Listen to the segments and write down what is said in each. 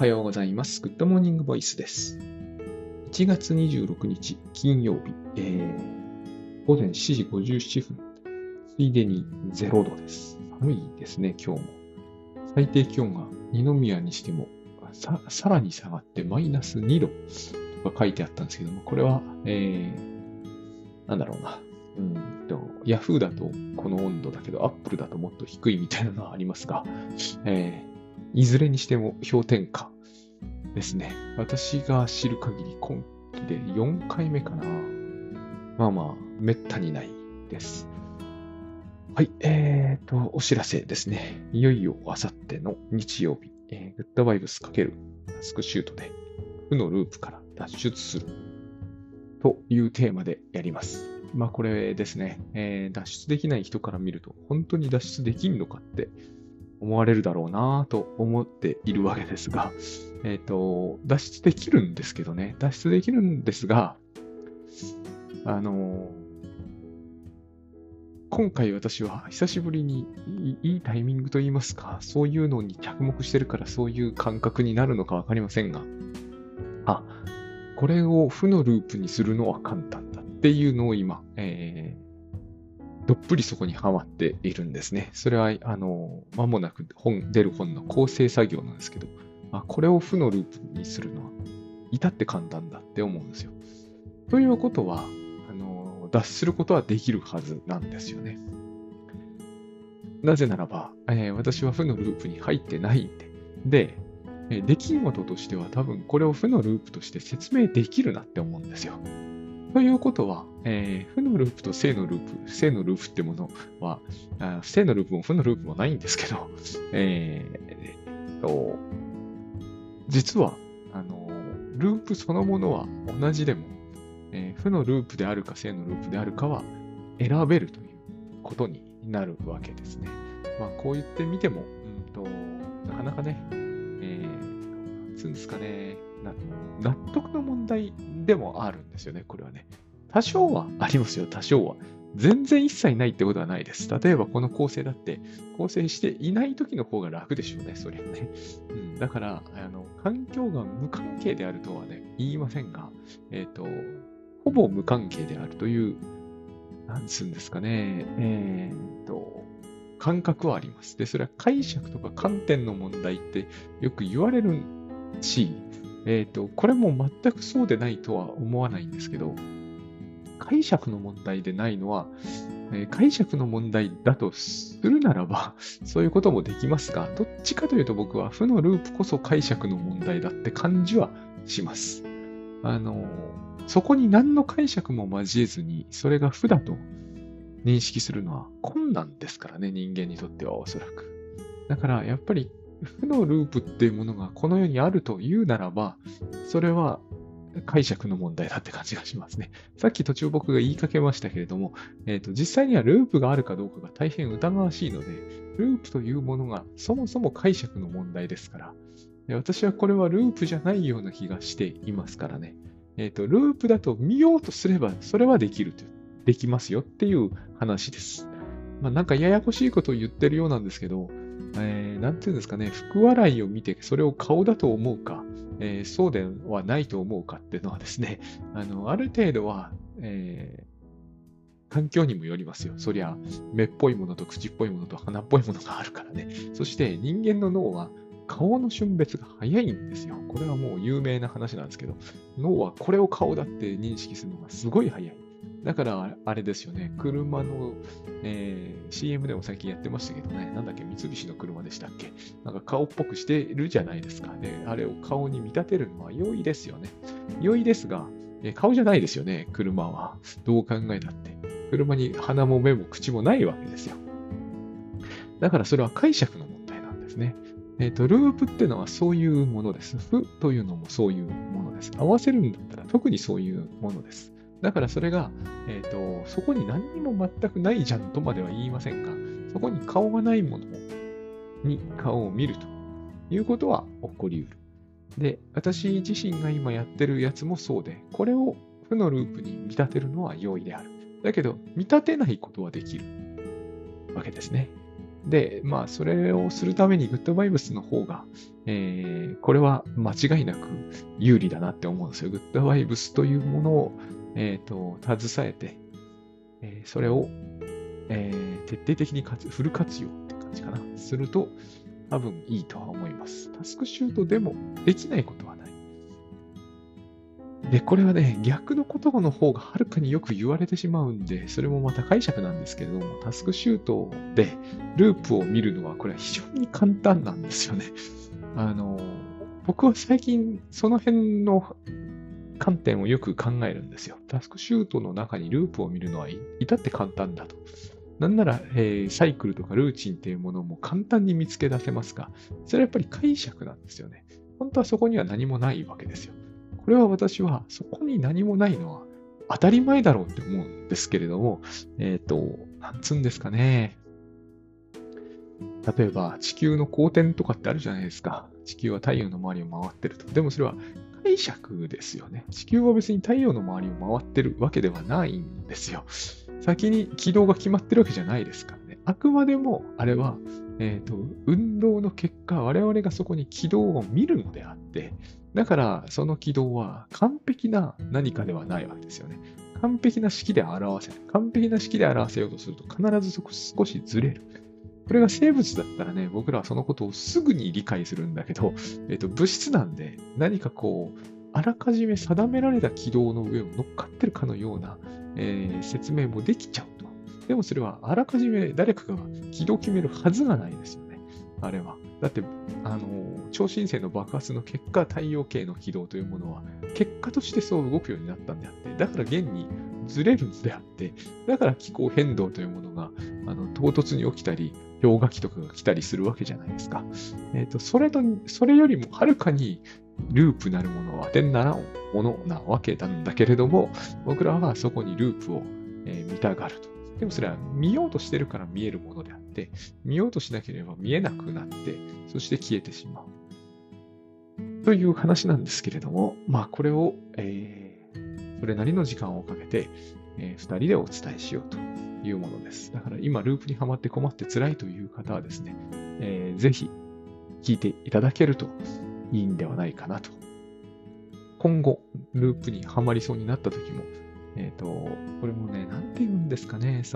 はようございます。グッドモーニングボイスです。1月26日金曜日、午前7時57分、ついでに0度です。寒いですね、今日も。最低気温が二宮にしてもさらに下がってマイナス2度とか書いてあったんですけども、これは、なんだろうな。ヤフーだとこの温度だけど、アップルだともっと低いみたいなのはありますが、いずれにしても氷点下ですね。私が知る限り今期で4回目かな。めったにないです。はい、お知らせですね。いよいよあさっての日曜日、グッドバイブス×タスクシュートで負のループから脱出するというテーマでやります。これですね、脱出できない人から見ると本当に脱出できんのかって思われるだろうなと思っているわけですが、脱出できるんですけどね、脱出できるんですが、今回私は久しぶりにいいタイミングといいますか、そういうのに着目してるからそういう感覚になるのかわかりませんが、これを負のループにするのは簡単だっていうのを今、どっぷりそこにはまっているんですね。それは、間もなく出る本の構成作業なんですけど、これを負のループにするのは、至って簡単だって思うんですよ。ということは、脱することはできるはずなんですよね。なぜならば、私は負のループに入ってないんで、出来事としては多分これを負のループとして説明できるなって思うんですよ。ということは、負のループと正のループってものは、正のループも負のループもないんですけど、実は、ループそのものは同じでも、負のループであるか正のループであるかは選べるということになるわけですね。こう言ってみても、なかなかね、なんつうんですかね、納得の問題でもあるんですよね、これはね。多少はありますよ、多少は。全然一切ないってことはないです。例えばこの構成だって、構成していない時の方が楽でしょうね、そりゃね。だから、環境が無関係であるとはね、言いませんが、ほぼ無関係であるという、なんつうんですかね、感覚はあります。で、それは解釈とか観点の問題ってよく言われるし、これも全くそうでないとは思わないんですけど、解釈の問題でないのは、解釈の問題だとするならば、そういうこともできますが、どっちかというと僕は負のループこそ解釈の問題だって感じはします。そこに何の解釈も交えずに、それが負だと認識するのは困難ですからね、人間にとってはおそらく。だからやっぱり負のループっていうものがこの世にあるというならば、それは解釈の問題だって感じがしますね。さっき途中僕が言いかけましたけれども、実際にはループがあるかどうかが大変疑わしいので、ループというものがそもそも解釈の問題ですから、私はこれはループじゃないような気がしていますからね。ループだと見ようとすれば、それはできますよっていう話です。なんかややこしいことを言ってるようなんですけど、なんていうんですかね、福笑いを見てそれを顔だと思うか、そうではないと思うかっていうのはですね、ある程度は、環境にもよりますよ。そりゃ、目っぽいものと口っぽいものと鼻っぽいものがあるからね。そして人間の脳は顔の瞬別が早いんですよ。これはもう有名な話なんですけど、脳はこれを顔だって認識するのがすごい早い。だから、あれですよね。車の、CM でも最近やってましたけどね。なんだっけ、三菱の車でしたっけ。なんか顔っぽくしてるじゃないですか。で、あれを顔に見立てるのは良いですよね。良いですが、顔じゃないですよね。車は。どう考えたって。車に鼻も目も口もないわけですよ。だからそれは解釈の問題なんですね。ループってのはそういうものです。負というのもそういうものです。合わせるんだったら特にそういうものです。だからそれが、そこに何にも全くないじゃんとまでは言いませんが、そこに顔がないものに顔を見るということは起こりうる。で、私自身が今やってるやつもそうで、これを負のループに見立てるのは容易である。だけど、見立てないことはできるわけですね。 で、まあ、それをするためにグッドバイブスの方が、これは間違いなく有利だなって思うんですよ。グッドバイブスというものを、携えて、それを、徹底的にフル活用って感じかな。すると、多分いいとは思います。タスクシュートでもできないことはない。で、これはね、逆の言葉の方がはるかによく言われてしまうんで、それもまた解釈なんですけれども、タスクシュートでループを見るのは、これは非常に簡単なんですよね。僕は最近その辺の観点をよく考えるんですよ。タスクシュートの中にループを見るのは至って簡単だと。なんなら、サイクルとかルーチンっていうものも簡単に見つけ出せますが、それはやっぱり解釈なんですよね。本当はそこには何もないわけですよ。これは私はそこに何もないのは当たり前だろうって思うんですけれども、なんつうんですかね。例えば地球の公転とかってあるじゃないですか。地球は太陽の周りを回ってると。でもそれは解釈ですよね。地球は別に太陽の周りを回ってるわけではないんですよ。先に軌道が決まってるわけじゃないですからね。あくまでもあれは、運動の結果、我々がそこに軌道を見るのであって、だからその軌道は完璧な何かではないわけですよね。完璧な式で表せない。完璧な式で表せようとすると必ず少しずれる。これが生物だったらね、僕らはそのことをすぐに理解するんだけど、物質なんで何かこう、あらかじめ定められた軌道の上を乗っかってるかのような、説明もできちゃうと。でもそれはあらかじめ誰かが軌道を決めるはずがないですよね。あれは。だって、超新星の爆発の結果、太陽系の軌道というものは、結果としてそう動くようになったんであって、だから現にずれるんであって、だから気候変動というものが、唐突に起きたり、氷河期とかが来たりするわけじゃないですか。それよりもはるかにループなるものは当てにならんものなわけなんだけれども、僕らはそこにループを、見たがると。でもそれは見ようとしてるから見えるものであって、見ようとしなければ見えなくなって、そして消えてしまう。という話なんですけれども、まあこれを、それなりの時間をかけて、2人でお伝えしようというものです。だから今ループにはまって困って辛いという方はですね、ぜひ聞いていただけるといいんではないかなと。今後、ループにはまりそうになった時も、これもね、なんて言うんですかね、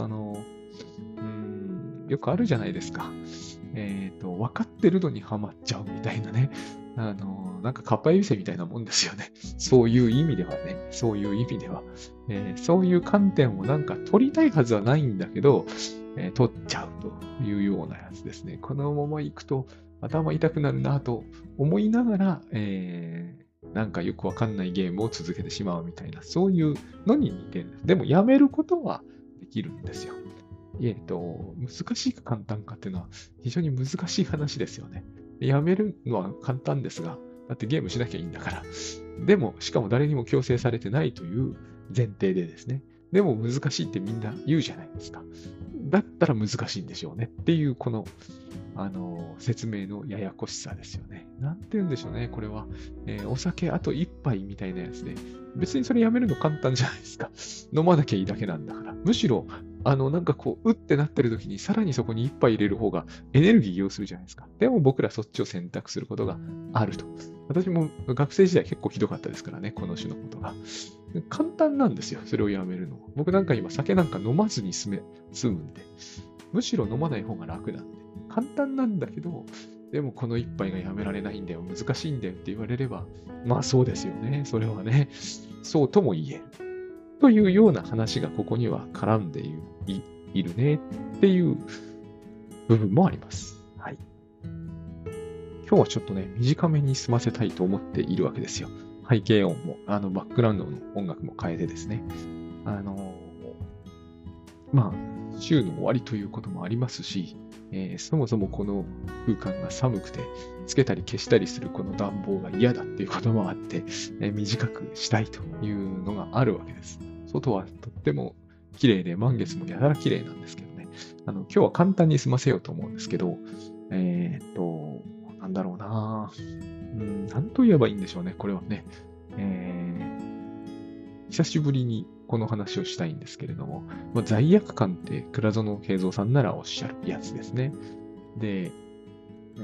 よくあるじゃないですか。分かってるのにはまっちゃうみたいなね。なんか、かっぱえびせみたいなもんですよね。そういう意味ではね。そういう意味では。そういう観点をなんか取りたいはずはないんだけど、取っちゃうというようなやつですね。このまま行くと頭痛くなるなと思いながら、なんかよくわかんないゲームを続けてしまうみたいな、そういうのに似てるんです。でも、やめることはできるんですよ。難しいか簡単かっていうのは非常に難しい話ですよね。やめるのは簡単ですが、だってゲームしなきゃいいんだから。でも、しかも誰にも強制されてないという前提でですね。でも難しいってみんな言うじゃないですか。だったら難しいんでしょうねっていう、この、説明のややこしさですよね。なんて言うんでしょうね、これは。お酒あと一杯みたいなやつで、別にそれやめるの簡単じゃないですか。飲まなきゃいいだけなんだから。むしろ、なんかこう、うってなってる時に、さらにそこに一杯入れる方がエネルギー要するじゃないですか。でも僕らそっちを選択することがあると。私も学生時代結構ひどかったですからね、この種のことが。簡単なんですよ、それをやめるの。僕なんか今酒なんか飲まずに済むんで。むしろ飲まない方が楽なんで。簡単なんだけど、でもこの一杯がやめられないんだよ、難しいんだよって言われれば、まあそうですよね、それはね、そうとも言える。というような話がここには絡んでいるねっていう部分もあります。はい。今日はちょっとね、短めに済ませたいと思っているわけですよ。背景音も、バックグラウンドの音楽も変えてですね。まあ、週の終わりということもありますし、そもそもこの空間が寒くて、つけたり消したりするこの暖房が嫌だっていうこともあって、短くしたいというのがあるわけです。外はとっても綺麗で、満月もやたら綺麗なんですけどね。今日は簡単に済ませようと思うんですけど、なんだろうななんと言えばいいんでしょうね、これはね。久しぶりにこの話をしたいんですけれども、罪悪感って倉園慶三さんならおっしゃるやつですね。 で、うん、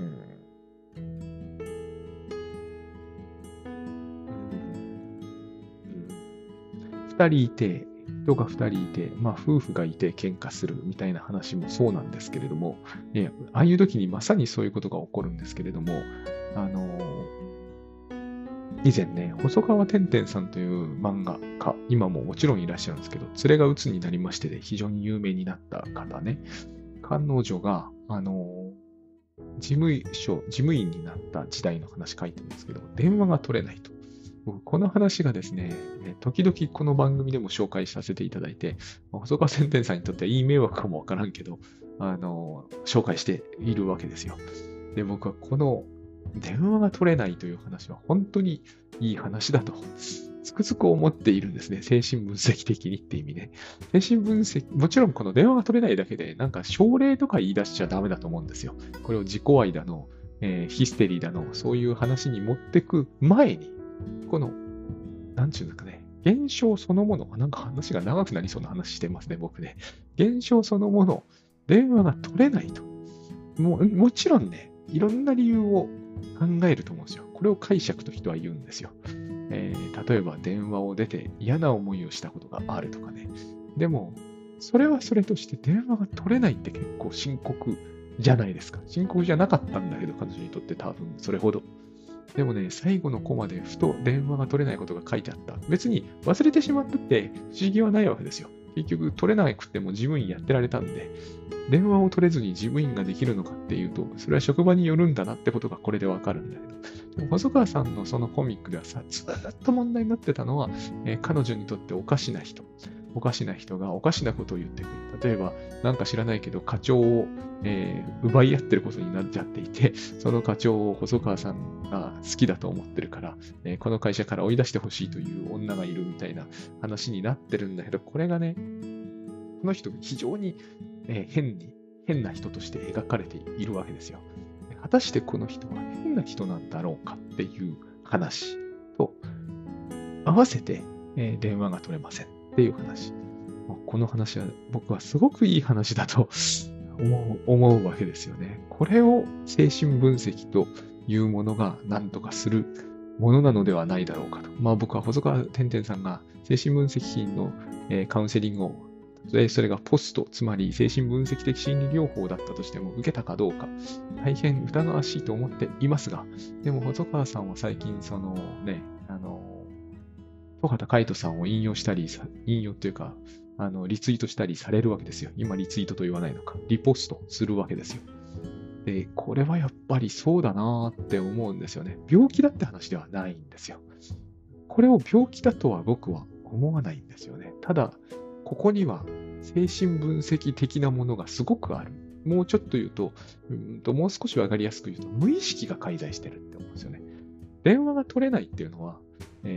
二人いて、人が二人いて、まあ夫婦がいて喧嘩するみたいな話もそうなんですけれども、ああいう時にまさにそういうことが起こるんですけれども、あの以前ね、細川てんてんさんという漫画家、今ももちろんいらっしゃるんですけど、連れが鬱になりましてで、非常に有名になった方ね、彼女が、事務員になった時代の話書いてるんですけど、電話が取れないと。僕、この話がですね、時々この番組でも紹介させていただいて、細川てんてんさんにとってはいい迷惑かもわからんけど、紹介しているわけですよ。で、僕はこの電話が取れないという話は本当にいい話だと、つくづく思っているんですね。精神分析的にって意味で。精神分析、もちろんこの電話が取れないだけで、なんか症例とか言い出しちゃダメだと思うんですよ。これを自己愛だの、ヒステリーだの、そういう話に持ってく前に、この、なんちゅうんですかね、現象そのもの、なんか話が長くなりそうな話してますね、僕ね。現象そのもの、電話が取れないと。もちろんね、いろんな理由を考えると思うんですよ。これを解釈と人は言うんですよ。例えば電話を出て嫌な思いをしたことがあるとかね。でも、それはそれとして電話が取れないって結構深刻じゃないですか。深刻じゃなかったんだけど、彼女にとって多分それほど。でもね、最後のコマでふと電話が取れないことが書いてあった。別に忘れてしまったって不思議はないわけですよ。結局取れなくても事務員やってられたんで、電話を取れずに事務員ができるのかっていうと、それは職場によるんだなってことがこれでわかるんだけど、でも細川さんのそのコミックではさ、ずっと問題になってたのは、彼女にとっておかしな人。おかしな人がおかしなことを言ってくる。例えば、なんか知らないけど、課長を、奪い合ってることになっちゃっていて、その課長を細川さんが好きだと思ってるから、この会社から追い出してほしいという女がいるみたいな話になってるんだけど、これがね、この人非常に、変な人として描かれているわけですよ。果たしてこの人は変な人なんだろうかっていう話と合わせて、電話が取れませんっていう話。この話は僕はすごくいい話だと思うわけですよね。これを精神分析というものが何とかするものなのではないだろうかと。まあ僕は細川てんてんさんが精神分析の、カウンセリングをそれがポスト、つまり精神分析的心理療法だったとしても受けたかどうか、大変疑わしいと思っていますが、でも細川さんは最近、そのね、戸畑海人さんを引用したり、引用というか、リツイートしたりされるわけですよ。今リツイートと言わないのか。リポストするわけですよ。で、これはやっぱりそうだなーって思うんですよね。病気だって話ではないんですよ。これを病気だとは僕は思わないんですよね。ただ、ここには精神分析的なものがすごくある。もうちょっと言うと、もう少しわかりやすく言うと、無意識が介在してるって思うんですよね。電話が取れないっていうのは、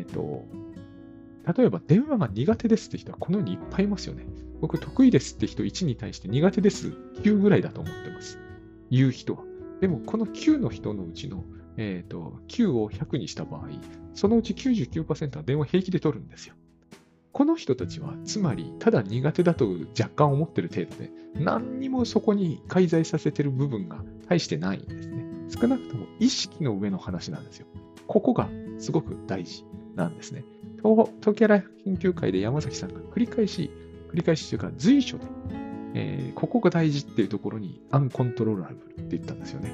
例えば電話が苦手ですって人はこの世にいっぱいいますよね。僕得意ですって人1に対して苦手です9ぐらいだと思ってます。言う人は。でもこの9の人のうちの、9を100にした場合、そのうち 99% は電話平気で取るんですよ。この人たちは、つまり、ただ苦手だと若干思ってる程度で、何にもそこに介在させてる部分が大してないんですね。少なくとも意識の上の話なんですよ。ここがすごく大事なんですね。東キャラ研究会で山崎さんが繰り返しというか随所で、ここが大事っていうところにアンコントローラブルって言ったんですよね。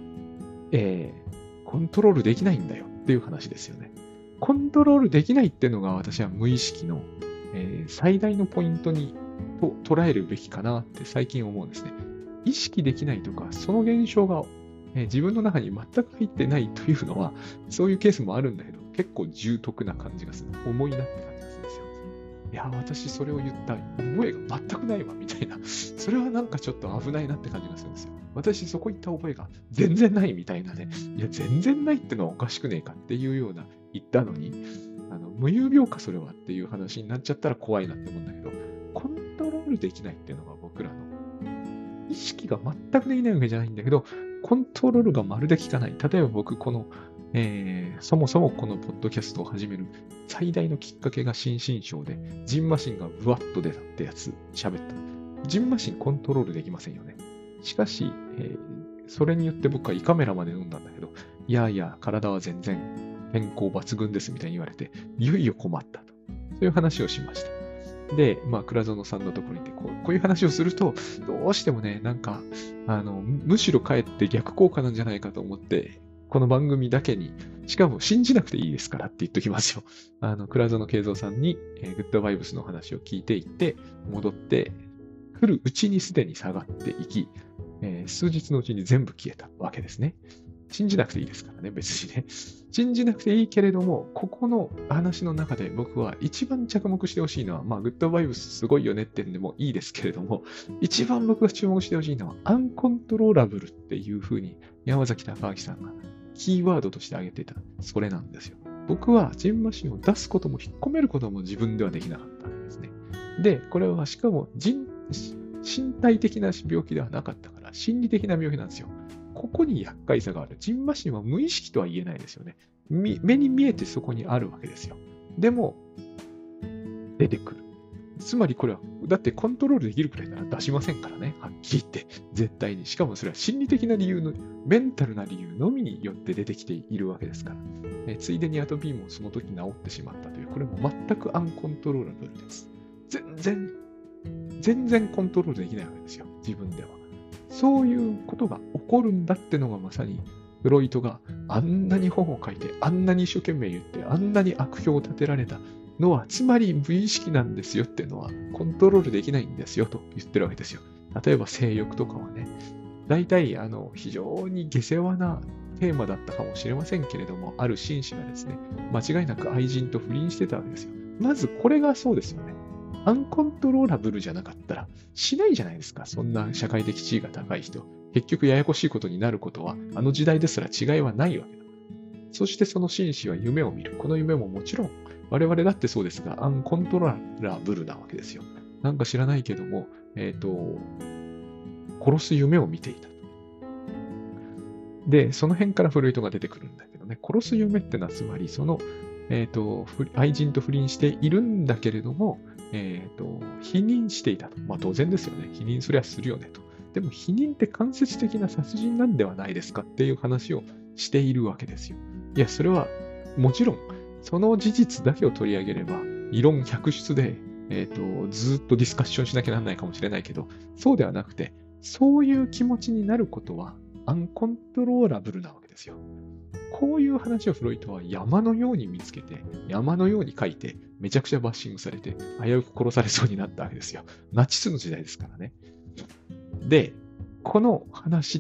コントロールできないんだよっていう話ですよね。コントロールできないっていうのが私は無意識の、最大のポイントにと捉えるべきかなって最近思うんですね。意識できないとか、その現象が、自分の中に全く入ってないというのは、そういうケースもあるんだけど、結構重篤な感じがする。重いなって感じがするんですよ。いや、私それを言った覚えが全くないわ、みたいな。それはなんかちょっと危ないなって感じがするんですよ。私そこ行った覚えが全然ないみたいなね。いや、全然ないってのはおかしくねえかっていうような言ったのに、無有病かそれはっていう話になっちゃったら怖いなって思うんだけど、コントロールできないっていうのが僕らの意識が全くできないわけじゃないんだけど、コントロールがまるで効かない。例えば僕、この、そもそもこのポッドキャストを始める最大のきっかけが心身症で、ジンマシンがブワッと出たってやつ喋った。ジンマシンコントロールできませんよね。しかし、 それによって僕は胃カメラまで飲んだんだけど、いやいや、体は全然健康抜群ですみたいに言われて、いよいよ困ったと。そういう話をしました。で、倉園さんのところに行ってこういう話をすると、どうしてもね、むしろかえって逆効果なんじゃないかと思って、この番組だけに、しかも信じなくていいですからって言っときますよ。倉園慶三さんに、グッドバイブスの話を聞いていって、戻って、来るうちにすでに下がっていき、数日のうちに全部消えたわけですね。信じなくていいですからね、別にね。信じなくていいけれども、ここの話の中で僕は一番着目してほしいのは、グッドバイブスすごいよねってんでもいいですけれども、一番僕が注目してほしいのは、アンコントローラブルっていうふうに山崎隆明さんがキーワードとして挙げてた、それなんですよ。僕はジンマシンを出すことも引っ込めることも自分ではできなかったんですね。で、これはしかも身体的な病気ではなかったから、心理的な病気なんですよ。ここに厄介さがある。ジンマシンは無意識とは言えないですよね。目に見えてそこにあるわけですよ。でも、出てくる。つまりこれは、だってコントロールできるくらいなら出しませんからね。はっきり言って、絶対に。しかもそれは心理的な理由の、メンタルな理由のみによって出てきているわけですから。ついでにアトピーもその時治ってしまったという、これも全くアンコントローラブルです。全然コントロールできないわけですよ。自分では。そういうことが起こるんだってのがまさに、フロイトがあんなに本を書いて、あんなに一生懸命言って、あんなに悪評を立てられたのは、つまり無意識なんですよっていうのは、コントロールできないんですよと言ってるわけですよ。例えば性欲とかはね、大体、非常に下世話なテーマだったかもしれませんけれども、ある紳士がですね、間違いなく愛人と不倫してたわけですよ。まずこれがそうですよね。アンコントローラブルじゃなかったら、しないじゃないですか。そんな社会的地位が高い人。結局ややこしいことになることは、あの時代ですら違いはないわけだ。そしてその紳士は夢を見る。この夢ももちろん、我々だってそうですが、アンコントローラブルなわけですよ。なんか知らないけども、殺す夢を見ていた。で、その辺からフロイトが出てくるんだけどね、殺す夢ってのはつまり、その、愛人と不倫しているんだけれども、否認していたと。当然ですよね。否認すりゃするよねと。でも否認って間接的な殺人なんではないですかっていう話をしているわけですよ。いや、それはもちろん、その事実だけを取り上げれば、異論百出で、ずっとディスカッションしなきゃならないかもしれないけど、そうではなくて、そういう気持ちになることはアンコントローラブルなわけですよ。こういう話をフロイトは山のように見つけて、山のように書いて、めちゃくちゃバッシングされて、危うく殺されそうになったわけですよ。ナチスの時代ですからね。で、この話って、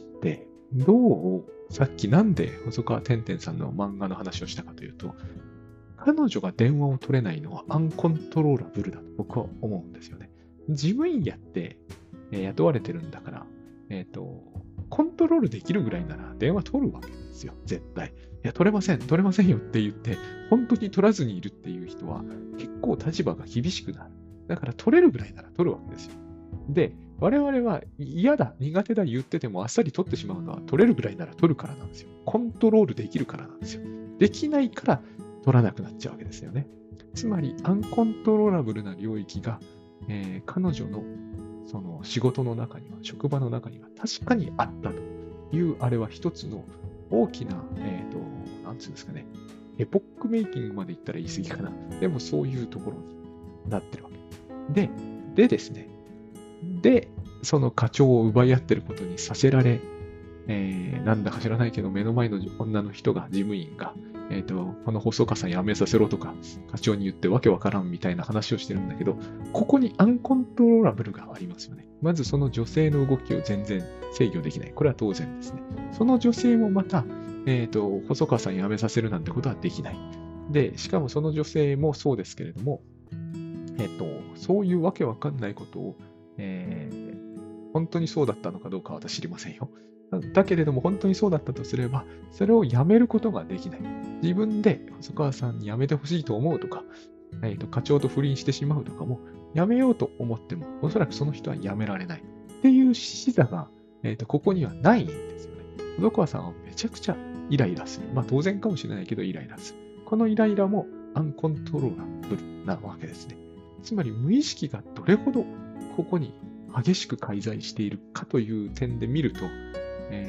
さっきなんで細川てんてんさんの漫画の話をしたかというと、彼女が電話を取れないのはアンコントローラブルだと僕は思うんですよね。事務員やって、雇われてるんだから、コントロールできるぐらいなら電話取るわけですよ、絶対。いや、取れませんよって言って、本当に取らずにいるっていう人は結構立場が厳しくなる。だから取れるぐらいなら取るわけですよ。で、我々は嫌だ、苦手だ言っててもあっさり取ってしまうのは取れるぐらいなら取るからなんですよ。コントロールできるからなんですよ。できないから取らなくなっちゃうわけですよね。つまり、アンコントローラブルな領域が、彼女のその仕事の中には、職場の中には確かにあったという、あれは一つの大きな、なんつうんですかね、エポックメイキングまで言ったら言い過ぎかな。でもそういうところになってるわけ。でですね、その課長を奪い合ってることにさせられ、なんだか知らないけど、目の前の女の人が、事務員が、この細川さん辞めさせろとか、課長に言ってわけわからんみたいな話をしてるんだけど、ここにアンコントローラブルがありますよね。まずその女性の動きを全然制御できない。これは当然ですね。その女性もまた、細川さん辞めさせるなんてことはできない。で、しかもその女性もそうですけれども、そういうわけわかんないことを、本当にそうだったのかどうかは私知りませんよ。だけれども本当にそうだったとすれば、それをやめることができない。自分で細川さんに辞めてほしいと思うとか、課長と不倫してしまうとかも、辞めようと思っても、おそらくその人は辞められない。っていう視座が、ここにはないんですよね。細川さんはめちゃくちゃイライラする。当然かもしれないけどイライラする。このイライラもアンコントローラブルなわけですね。つまり無意識がどれほどここに激しく介在しているかという点で見ると、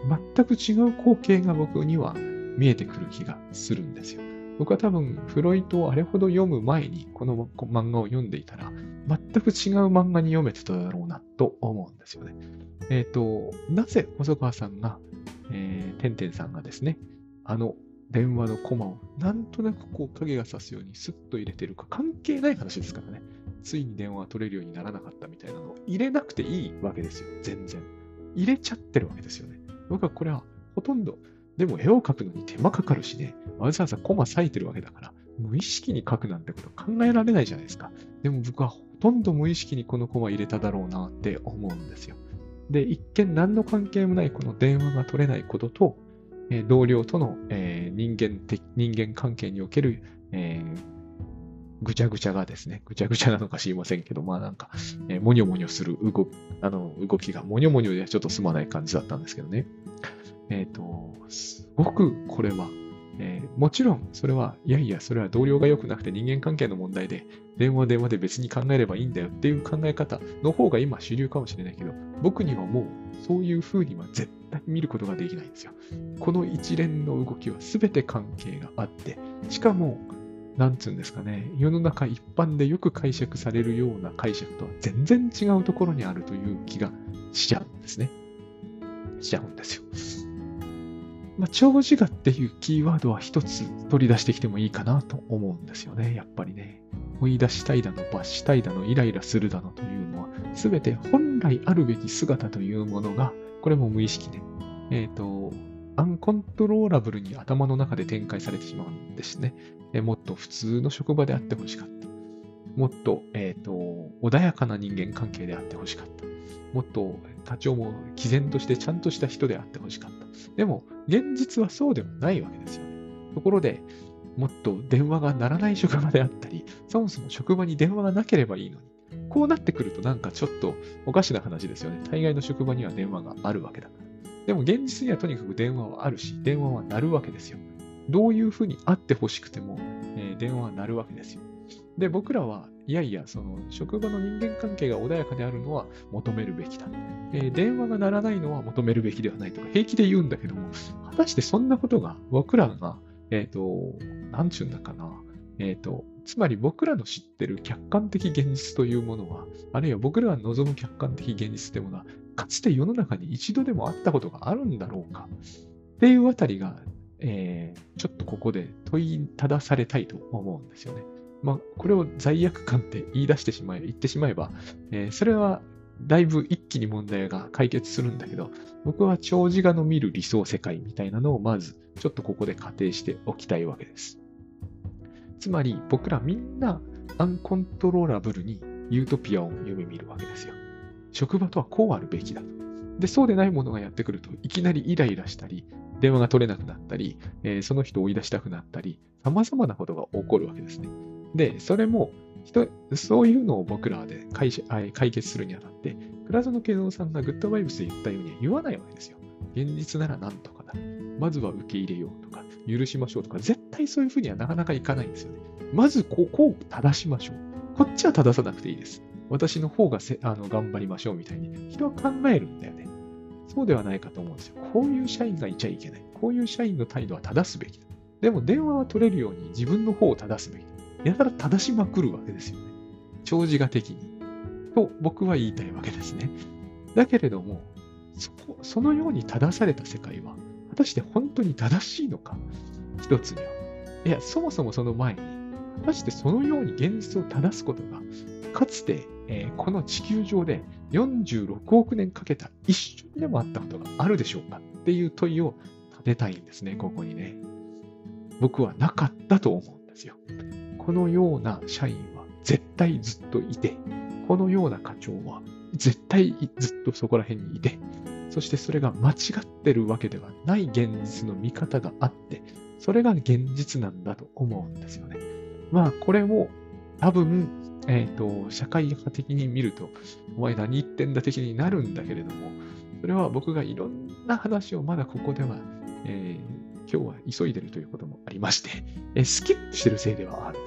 全く違う光景が僕には見えてくる気がするんですよ。僕は多分、フロイトをあれほど読む前にこの漫画を読んでいたら、全く違う漫画に読めてただろうなと思うんですよね。なぜ細川さんが、てんてんさんがですね、あの電話のコマをなんとなくこう影が差すようにスッと入れてるか関係ない話ですからね。ついに電話が取れるようにならなかったみたいなのを入れなくていいわけですよ。全然。入れちゃってるわけですよね。僕はこれはほとんど、でも絵を描くのに手間かかるしね、わざわざコマ割いてるわけだから、無意識に描くなんてこと考えられないじゃないですか。でも僕はほとんど無意識にこのコマ入れただろうなって思うんですよ。で、一見何の関係もないこの電話が取れないことと、同僚との、人間関係における、ぐちゃぐちゃがですね、ぐちゃぐちゃなのか知りませんけど、まあなんか、もにょもにょする動きが、もにょもにょではちょっと済まない感じだったんですけどね。すごくこれは、もちろんそれは、いやいや、それは同僚が良くなくて人間関係の問題で、電話で別に考えればいいんだよっていう考え方の方が今主流かもしれないけど、僕にはもうそういう風には絶対見ることができないんですよ。この一連の動きは全て関係があって、しかも、なんつうんですかね、世の中一般でよく解釈されるような解釈とは全然違うところにあるという気がしちゃうんですね。しちゃうんですよ。長自我っていうキーワードは一つ取り出してきてもいいかなと思うんですよね。やっぱりね。追い出したいだの、罰したいだの、イライラするだのというのは、すべて本来あるべき姿というものが、これも無意識で、アンコントローラブルに頭の中で展開されてしまうんですね。もっと普通の職場であってほしかった。もっと、穏やかな人間関係であってほしかった。もっと課長も毅然としてちゃんとした人であってほしかった。でも、現実はそうではないわけですよね。ところで、もっと電話が鳴らない職場であったり、そもそも職場に電話がなければいいのに。こうなってくるとなんかちょっとおかしな話ですよね。大概の職場には電話があるわけだから。でも現実にはとにかく電話はあるし、電話は鳴るわけですよ。どういうふうにあってほしくても、電話は鳴るわけですよ。で、僕らは、いやいや、その職場の人間関係が穏やかであるのは求めるべきだ。電話が鳴らないのは求めるべきではないとか平気で言うんだけども、果たしてそんなことが僕らが、なんちゅうんだかな。つまり僕らの知ってる客観的現実というものは、あるいは僕らが望む客観的現実というものは、かつて世の中に一度でもあったことがあるんだろうか。っていうあたりが、ちょっとここで問いただされたいと思うんですよね。これを罪悪感って言ってしまえば、それはだいぶ一気に問題が解決するんだけど、僕は長自我の見る理想世界みたいなのをまずちょっとここで仮定しておきたいわけです。つまり僕らみんなアンコントローラブルにユートピアを夢見るわけですよ。職場とはこうあるべきだと。で、そうでないものがやってくるといきなりイライラしたり、電話が取れなくなったり、その人を追い出したくなったり、様々なことが起こるわけですね。で、それも、そういうのを僕らで解決するにあたって、倉園慶三さんがグッドバイブスで言ったようには言わないわけですよ。現実なら何とかだ。まずは受け入れようとか、許しましょうとか、絶対そういうふうにはなかなかいかないんですよね。まずここを正しましょう。こっちは正さなくていいです。私の方が頑張りましょうみたいに人は考えるんだよね。そうではないかと思うんですよ。こういう社員がいちゃいけない。こういう社員の態度は正すべきだ。でも電話は取れるように自分の方を正すべきだ。やたら正しまくるわけですよね。長自我的に。と僕は言いたいわけですね。だけれども、そのように正された世界は、果たして本当に正しいのか、一つには。いや、そもそもその前に、果たしてそのように現実を正すことが、かつて、この地球上で46億年かけた一瞬でもあったことがあるでしょうかっていう問いを立てたいんですね、ここにね。僕はなかったと思うんですよ。このような社員は絶対ずっといて、このような課長は絶対ずっとそこら辺にいて、そしてそれが間違ってるわけではない現実の見方があって、それが現実なんだと思うんですよね。これを多分、社会派的に見ると、お前何言ってんだ的になるんだけれども、それは僕がいろんな話をまだここでは、今日は急いでるということもありまして、スキップしてるせいではある。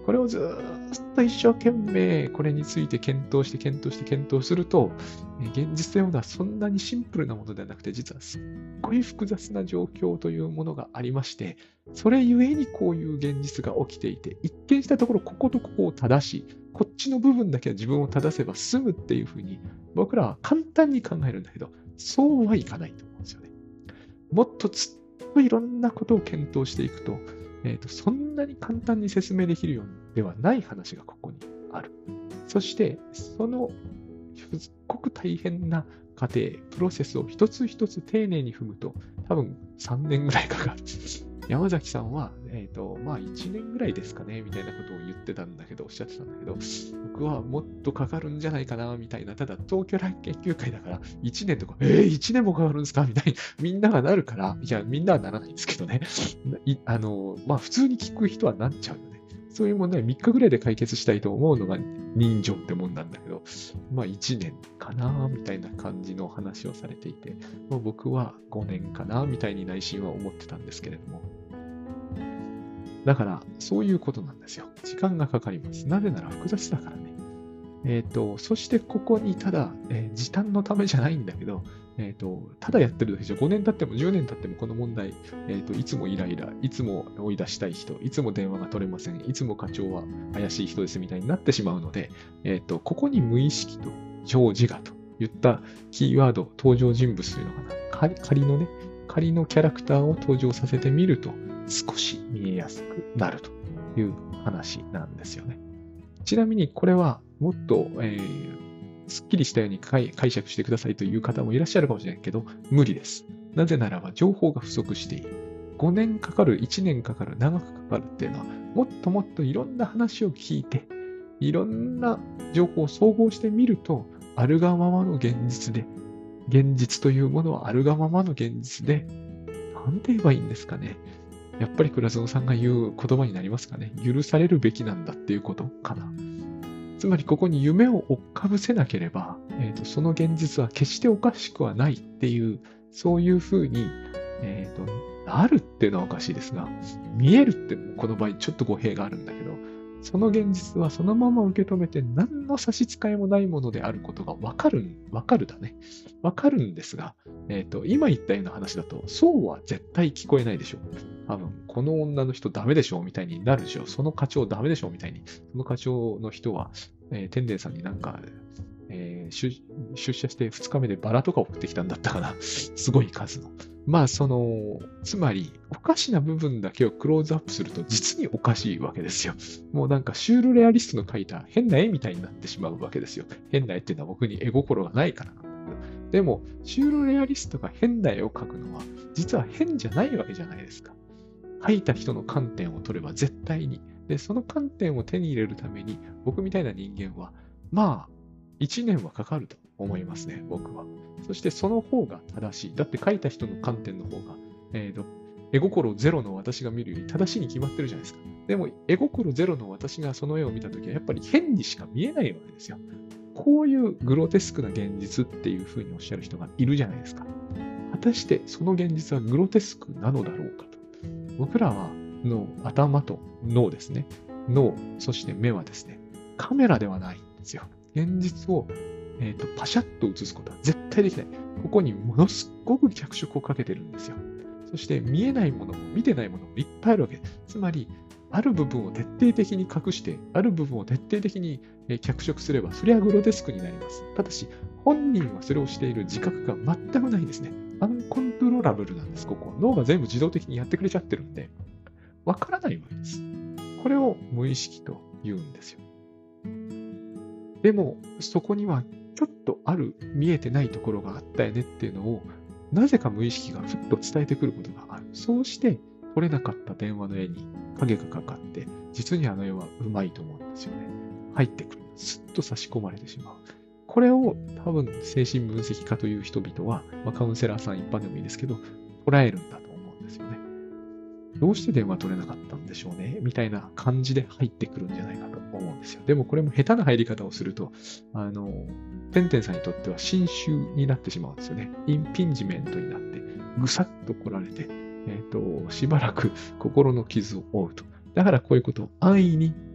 これをずーっと一生懸命これについて検討すると、現実というものはそんなにシンプルなものではなくて、実はすっごい複雑な状況というものがありまして、それゆえにこういう現実が起きていて、一見したところこことここを正し、こっちの部分だけは自分を正せば済むっていうふうに、僕らは簡単に考えるんだけど、そうはいかないと思うんですよね。もっとずっといろんなことを検討していくと、そんなに簡単に説明できるようではない話がここにある。そして、そのすっごく大変な過程、プロセスを一つ一つ丁寧に踏むと、多分3年ぐらいかかる。山崎さんは、まあ1年ぐらいですかね、みたいなことを言ってたんだけど、おっしゃってたんだけど、僕はもっとかかるんじゃないかな、みたいな、ただ東京来研究会だから1年とか、1年もかかるんですかみたいにみんながなるから、いや、みんなはならないんですけどね。まあ普通に聞く人はなっちゃうよね。そういう問題3日ぐらいで解決したいと思うのが人情ってもんなんだけど、まあ1年かな、みたいな感じの話をされていて、もう僕は5年かな、みたいに内心は思ってたんですけれども、だから、そういうことなんですよ。時間がかかります。なぜなら複雑だからね。そしてここにただ、時短のためじゃないんだけど、ただやってるだけじゃ5年経っても10年経ってもこの問題、いつもイライラ、いつも追い出したい人、いつも電話が取れません、いつも課長は怪しい人ですみたいになってしまうので、ここに無意識と情自我といったキーワード、登場人物というのかな、仮のキャラクターを登場させてみると、少し見えやすくなるという話なんですよね。ちなみにこれはもっと、すっきりしたように解釈してくださいという方もいらっしゃるかもしれないけど、無理です。なぜならば情報が不足している。5年かかる、1年かかる、長くかかるっていうのは、もっともっといろんな話を聞いて、いろんな情報を総合してみると、あるがままの現実で、現実というものはあるがままの現実で、なんて言えばいいんですかね。やっぱり倉園さんが言う言葉になりますかね。許されるべきなんだっていうことかな。つまりここに夢を追っかぶせなければ、その現実は決しておかしくはないっていう、そういうふうに、なるっていうのはおかしいですが、見えるってこの場合ちょっと語弊があるんだけど、その現実はそのまま受け止めて何の差し支えもないものであることがわかるだね。わかるんですが、今言ったような話だと、そうは絶対聞こえないでしょう。多分、この女の人ダメでしょみたいになるでしょ。その課長ダメでしょみたいに。その課長の人は、天殿さんになんか、出社して2日目でバラとか送ってきたんだったかな。すごい数の。まあ、つまり、おかしな部分だけをクローズアップすると実におかしいわけですよ。もうなんかシュールレアリストの描いた変な絵みたいになってしまうわけですよ。変な絵っていうのは僕に絵心がないからなんだけど。でも、シュールレアリストが変な絵を描くのは、実は変じゃないわけじゃないですか。描いた人の観点を取れば絶対に。で、その観点を手に入れるために、僕みたいな人間は、まあ、1年はかかると思いますね、僕は。そしてその方が正しい。だって書いた人の観点の方が、絵心ゼロの私が見るより正しいに決まってるじゃないですか。でも、絵心ゼロの私がその絵を見たときは、やっぱり変にしか見えないわけですよ。こういうグロテスクな現実っていうふうにおっしゃる人がいるじゃないですか。果たしてその現実はグロテスクなのだろうかと。僕らは頭と脳ですね。脳、そして目はですね、カメラではないんですよ。現実を、パシャッと映すことは絶対できない。ここにものすごく脚色をかけてるんですよ。そして見えないものも見てないものもいっぱいあるわけ。つまり、ある部分を徹底的に隠して、ある部分を徹底的に脚色すれば、それはグロテスクになります。ただし、本人はそれをしている自覚が全くないんですね。アンコントローラブルなんです、ここ。脳が全部自動的にやってくれちゃってるんで、わからないわけです。これを無意識と言うんですよ。でも、そこにはちょっと見えてないところがあったよねっていうのを、なぜか無意識がふっと伝えてくることがある。そうして、取れなかった電話の絵に影がかかって、実にあの絵はうまいと思うんですよね。入ってくる。すっと差し込まれてしまう。これを多分精神分析家という人々は、カウンセラーさん一般でもいいですけど、捉えるんだと思うんですよね。どうして電話取れなかったんでしょうねみたいな感じで入ってくるんじゃないかと思うんですよ。でもこれも下手な入り方をすると、てんてんさんにとっては侵襲になってしまうんですよね。インピンジメントになって、ぐさっと来られて、しばらく心の傷を負うと。だからこういうことを安易に、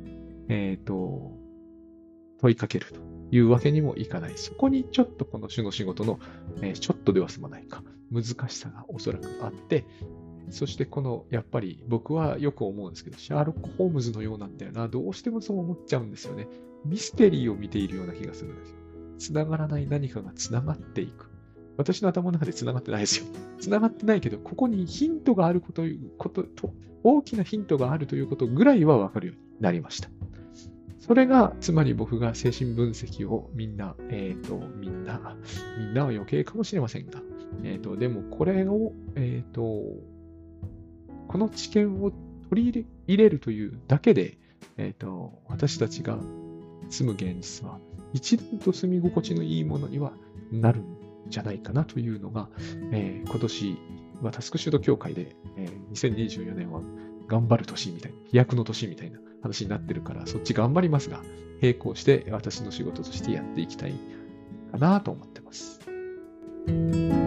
問いかけるというわけにもいかない。そこにちょっとこの種の仕事の、ちょっとでは済まないか、難しさがおそらくあって、そしてやっぱり僕はよく思うんですけど、シャーロック・ホームズのようなんだよな、どうしてもそう思っちゃうんですよね。ミステリーを見ているような気がするんですよ。繋がらない何かが繋がっていく。私の頭の中で繋がってないですよ。繋がってないけど、ここにヒントがあることと、大きなヒントがあるということぐらいはわかるようになりました。それが、つまり僕が精神分析をみんなは余計かもしれませんが、でもこれを、この知見を取り入れるというだけで、私たちが住む現実は一段と住み心地のいいものにはなるんじゃないかなというのが、今年はタスクシュート協会で、2024年は頑張る年みたいな、飛躍の年みたいな話になってるから、そっち頑張りますが、並行して私の仕事としてやっていきたいかなと思ってます。